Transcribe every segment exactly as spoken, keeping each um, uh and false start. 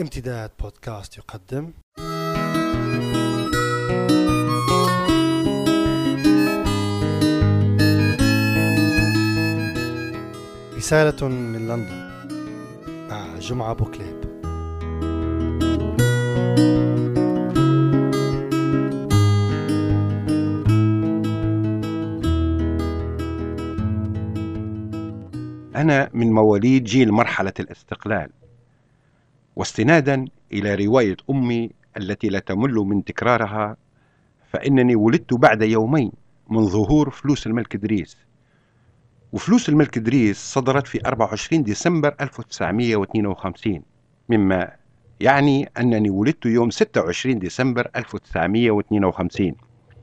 امتداد بودكاست يقدم رسالة من لندن مع جمعة بوكليب. أنا من مواليد جيل مرحلة الاستقلال، واستنادا إلى رواية أمي التي لا تمل من تكرارها، فإنني ولدت بعد يومين من ظهور فلوس الملك إدريس. وفلوس الملك إدريس صدرت في أربعة وعشرين ديسمبر ألف وتسعمئة واثنين وخمسين، مما يعني أنني ولدت يوم ستة وعشرين ديسمبر ألف وتسعمئة واثنين وخمسين.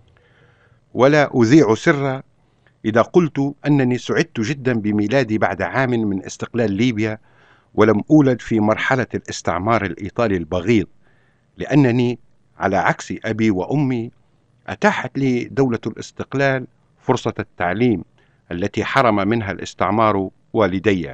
ولا أذيع سرا إذا قلت أنني سعدت جدا بميلادي بعد عام من استقلال ليبيا، ولم أولد في مرحلة الاستعمار الإيطالي البغيض، لأنني على عكس أبي وأمي أتاحت لي دولة الاستقلال فرصة التعليم التي حرم منها الاستعمار والدي.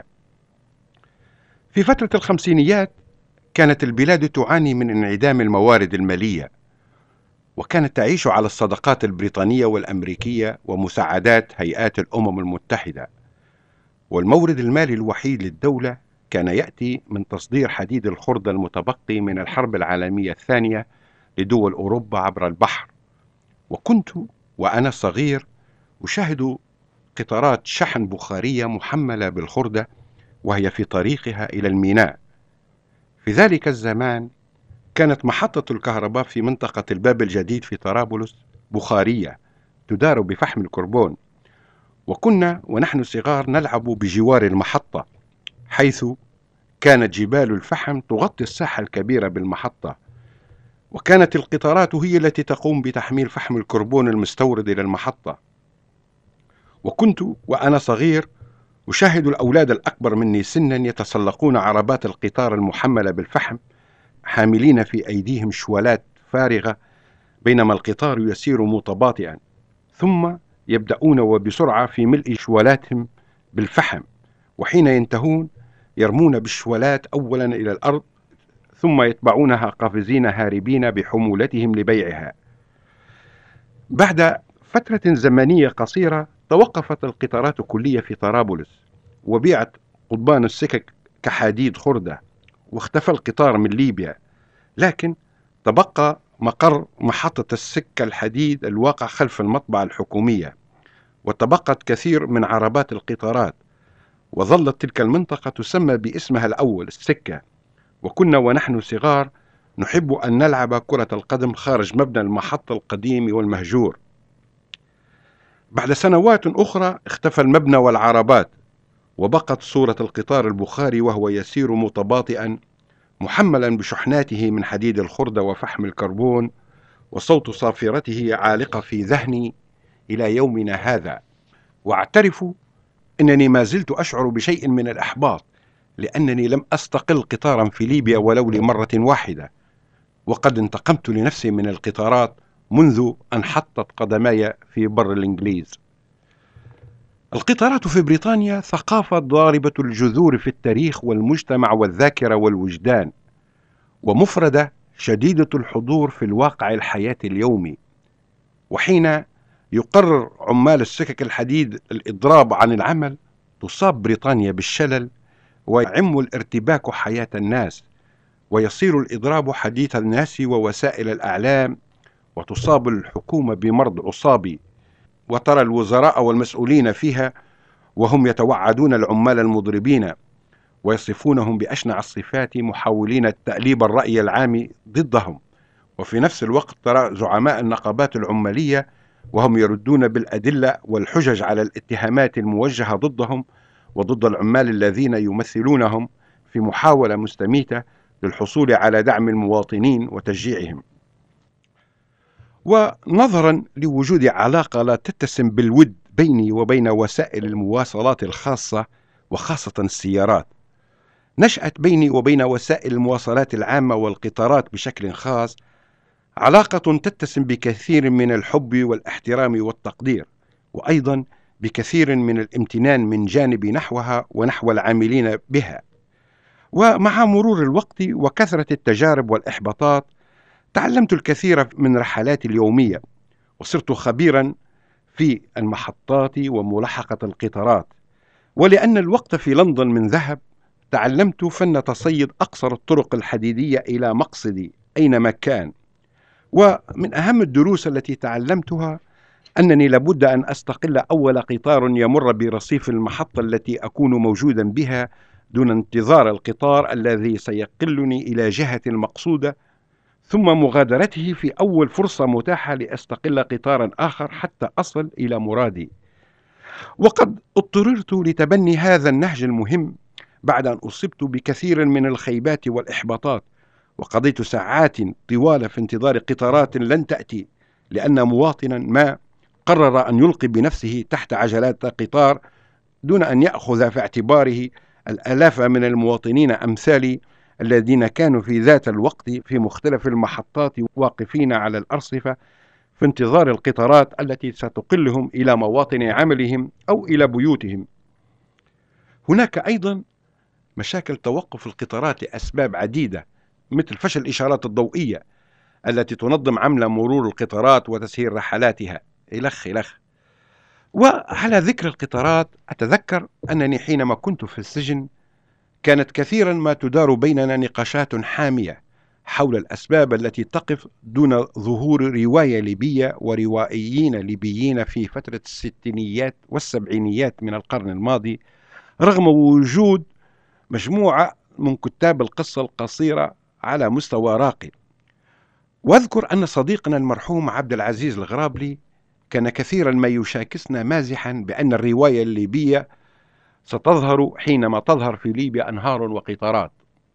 في فترة الخمسينيات كانت البلاد تعاني من انعدام الموارد المالية، وكانت تعيش على الصدقات البريطانية والأمريكية ومساعدات هيئات الأمم المتحدة، والمورد المالي الوحيد للدولة كان يأتي من تصدير حديد الخردة المتبقي من الحرب العالمية الثانية لدول أوروبا عبر البحر. وكنت وأنا صغير أشاهد قطارات شحن بخارية محملة بالخردة وهي في طريقها إلى الميناء. في ذلك الزمان كانت محطة الكهرباء في منطقة الباب الجديد في طرابلس بخارية تدار بفحم الكربون، وكنا ونحن صغار نلعب بجوار المحطة، حيث كانت جبال الفحم تغطي الساحة الكبيرة بالمحطة، وكانت القطارات هي التي تقوم بتحميل فحم الكربون المستورد إلى المحطة. وكنت وأنا صغير أشاهد الأولاد الأكبر مني سنا يتسلقون عربات القطار المحملة بالفحم حاملين في أيديهم شوالات فارغة، بينما القطار يسير متباطئا، ثم يبدأون وبسرعة في ملء شوالاتهم بالفحم، وحين ينتهون يرمون بالشوالات أولا إلى الأرض، ثم يتبعونها قافزين هاربين بحمولتهم لبيعها. بعد فترة زمنية قصيرة توقفت القطارات كلية في طرابلس، وبيعت قضبان السكك كحديد خردة، واختفى القطار من ليبيا، لكن تبقى مقر محطة السكة الحديد الواقع خلف المطبعة الحكومية، وتبقت كثير من عربات القطارات، وظلت تلك المنطقة تسمى باسمها الأول السكة. وكنا ونحن صغار نحب أن نلعب كرة القدم خارج مبنى المحطة القديم والمهجور. بعد سنوات أخرى اختفى المبنى والعربات، وبقت صورة القطار البخاري وهو يسير متباطئا محملا بشحناته من حديد الخردة وفحم الكربون، وصوت صافرته عالقة في ذهني إلى يومنا هذا. واعترف أنني ما زلت أشعر بشيء من الإحباط، لأنني لم أستقل قطارا في ليبيا ولو لمرة واحدة، وقد انتقمت لنفسي من القطارات منذ أن حطت قدماي في بر الإنجليز. القطارات في بريطانيا ثقافة ضاربة الجذور في التاريخ والمجتمع والذاكرة والوجدان، ومفردة شديدة الحضور في الواقع الحياة اليومي. وحين يقرر عمال السكك الحديد الإضراب عن العمل تصاب بريطانيا بالشلل، ويعم الارتباك حياة الناس، ويصير الإضراب حديث الناس ووسائل الأعلام، وتصاب الحكومة بمرض عصابي، وترى الوزراء والمسؤولين فيها وهم يتوعدون العمال المضربين ويصفونهم بأشنع الصفات، محاولين تأليب الرأي العام ضدهم. وفي نفس الوقت ترى زعماء النقابات العمالية وهم يردون بالأدلة والحجج على الاتهامات الموجهة ضدهم وضد العمال الذين يمثلونهم، في محاولة مستميتة للحصول على دعم المواطنين وتشجيعهم. ونظرا لوجود علاقة لا تتسم بالود بيني وبين وسائل المواصلات الخاصة، وخاصة السيارات، نشأت بيني وبين وسائل المواصلات العامة والقطارات بشكل خاص علاقة تتسم بكثير من الحب والاحترام والتقدير، وأيضا بكثير من الامتنان من جانبي نحوها ونحو العاملين بها. ومع مرور الوقت وكثرة التجارب والإحباطات تعلمت الكثير من رحلاتي اليومية، وصرت خبيرا في المحطات وملاحقة القطارات. ولأن الوقت في لندن من ذهب، تعلمت فن تصيد أقصر الطرق الحديدية إلى مقصدي أينما كان. ومن أهم الدروس التي تعلمتها أنني لابد أن أستقل أول قطار يمر برصيف المحطة التي أكون موجودا بها دون انتظار القطار الذي سيقلني إلى جهة المقصودة، ثم مغادرته في أول فرصة متاحة لأستقل قطارا آخر حتى أصل إلى مرادي. وقد اضطررت لتبني هذا النهج المهم بعد أن أصبت بكثير من الخيبات والإحباطات، وقضيت ساعات طوال في انتظار قطارات لن تأتي، لأن مواطنا ما قرر أن يلقي بنفسه تحت عجلات قطار دون أن يأخذ في اعتباره الآلاف من المواطنين أمثالي الذين كانوا في ذات الوقت في مختلف المحطات واقفين على الأرصفة في انتظار القطارات التي ستقلهم إلى مواطن عملهم أو إلى بيوتهم. هناك أيضا مشاكل توقف القطارات لأسباب عديدة، مثل فشل الإشارات الضوئية التي تنظم عمل مرور القطارات وتسهيل رحلاتها إلخ إلخ. وعلى ذكر القطارات، أتذكر أنني حينما كنت في السجن كانت كثيرا ما تدار بيننا نقاشات حامية حول الأسباب التي تقف دون ظهور رواية ليبية وروائيين ليبيين في فترة الستينيات والسبعينيات من القرن الماضي، رغم وجود مجموعة من كتاب القصة القصيرة على مستوى راقي. واذكر أن صديقنا المرحوم عبد العزيز الغرابلي كان كثيرا ما يشاكسنا مازحا بأن الرواية الليبية ستظهر حينما تظهر في ليبيا أنهار وقطارات.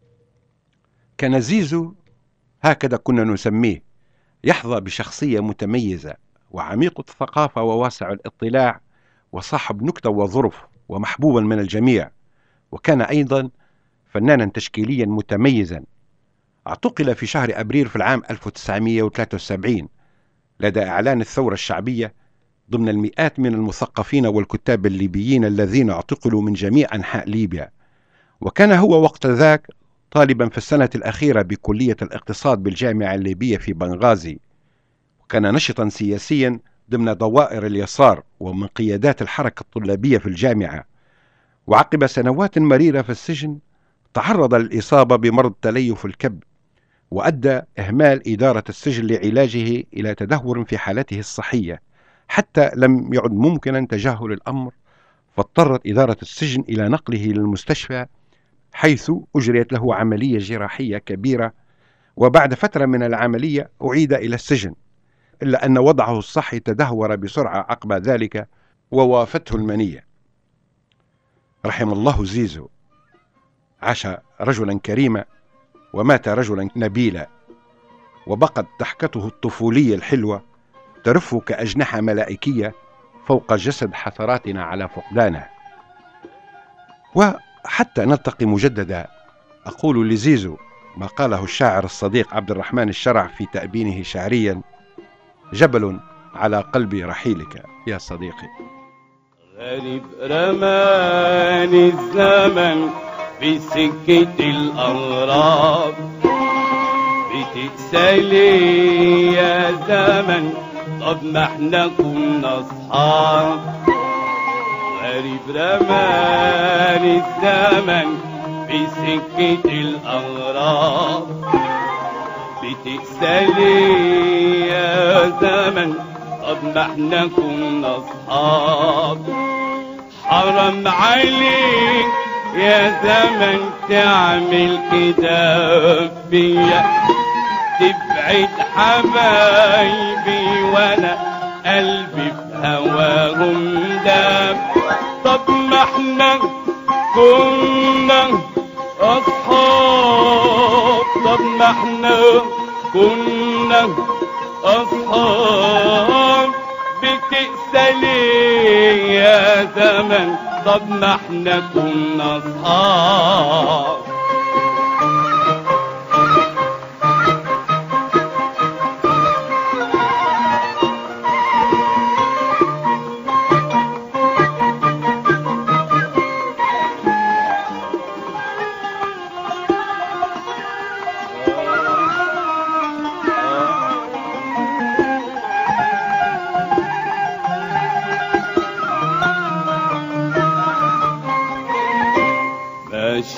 كان زيزو، هكذا كنا نسميه، يحظى بشخصية متميزة وعميق الثقافة وواسع الاطلاع وصاحب نكتة وظرف ومحبوبا من الجميع، وكان أيضا فنانا تشكيليا متميزا. اعتقل في شهر أبريل في العام ألف وتسعمئة وثلاثة وسبعين لدى إعلان الثورة الشعبية ضمن المئات من المثقفين والكتاب الليبيين الذين اعتقلوا من جميع أنحاء ليبيا. وكان هو وقت ذاك طالبا في السنة الأخيرة بكلية الاقتصاد بالجامعة الليبية في بنغازي، وكان نشطا سياسيا ضمن دوائر اليسار ومن قيادات الحركة الطلابية في الجامعة. وعقب سنوات مريرة في السجن تعرض للإصابة بمرض تليف الكبد، وأدى إهمال إدارة السجن لعلاجه إلى تدهور في حالته الصحية، حتى لم يعد ممكنا تجاهل الأمر، فاضطرت إدارة السجن إلى نقله للمستشفى، حيث أجريت له عملية جراحية كبيرة. وبعد فترة من العملية أعيد إلى السجن، إلا أن وضعه الصحي تدهور بسرعة عقب ذلك ووافته المنية. رحم الله زيزو، عاش رجلا كريما ومات رجلا نبيلا، وبقت ضحكته الطفولية الحلوة ترف كأجنحة ملائكية فوق جسد حسراتنا على فقدانه. وحتى نلتقي مجددا، أقول لزيزو ما قاله الشاعر الصديق عبد الرحمن الشرع في تأبينه شعريا: جبل على قلب رحيلك يا صديقي. غريب رماني الزمن في سكة الأغراب، بتتسالي يا زمن طب ما احنا كنا أصحاب. غريب رماني الزمن في سكة الأغراب، بتتسالي يا زمن طب ما احنا كنا أصحاب. حرام عليك يا زمن تعمل كده فيا، تبعد حبايبي وانا قلبي في هواهم داب. طب ما احنا كنا اصحاب، طب ما احنا كنا اصحاب. بتقسلي يا زمن طب ما احنا كنا اصحاب.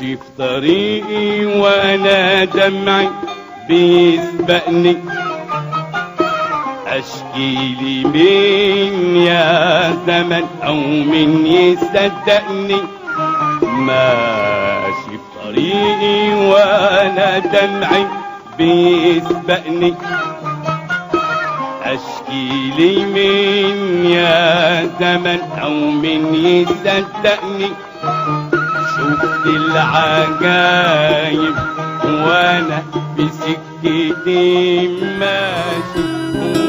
ماشي في طريقي وانا دمعي بيسبقني، اشكي لي مين يا زمن او مين يصدقني. ماشي في طريقي وانا دمعي بيسبقني، اشكي لي مين يا زمن او مين يصدقني. شفت العجايب وانا بسكتي ماشي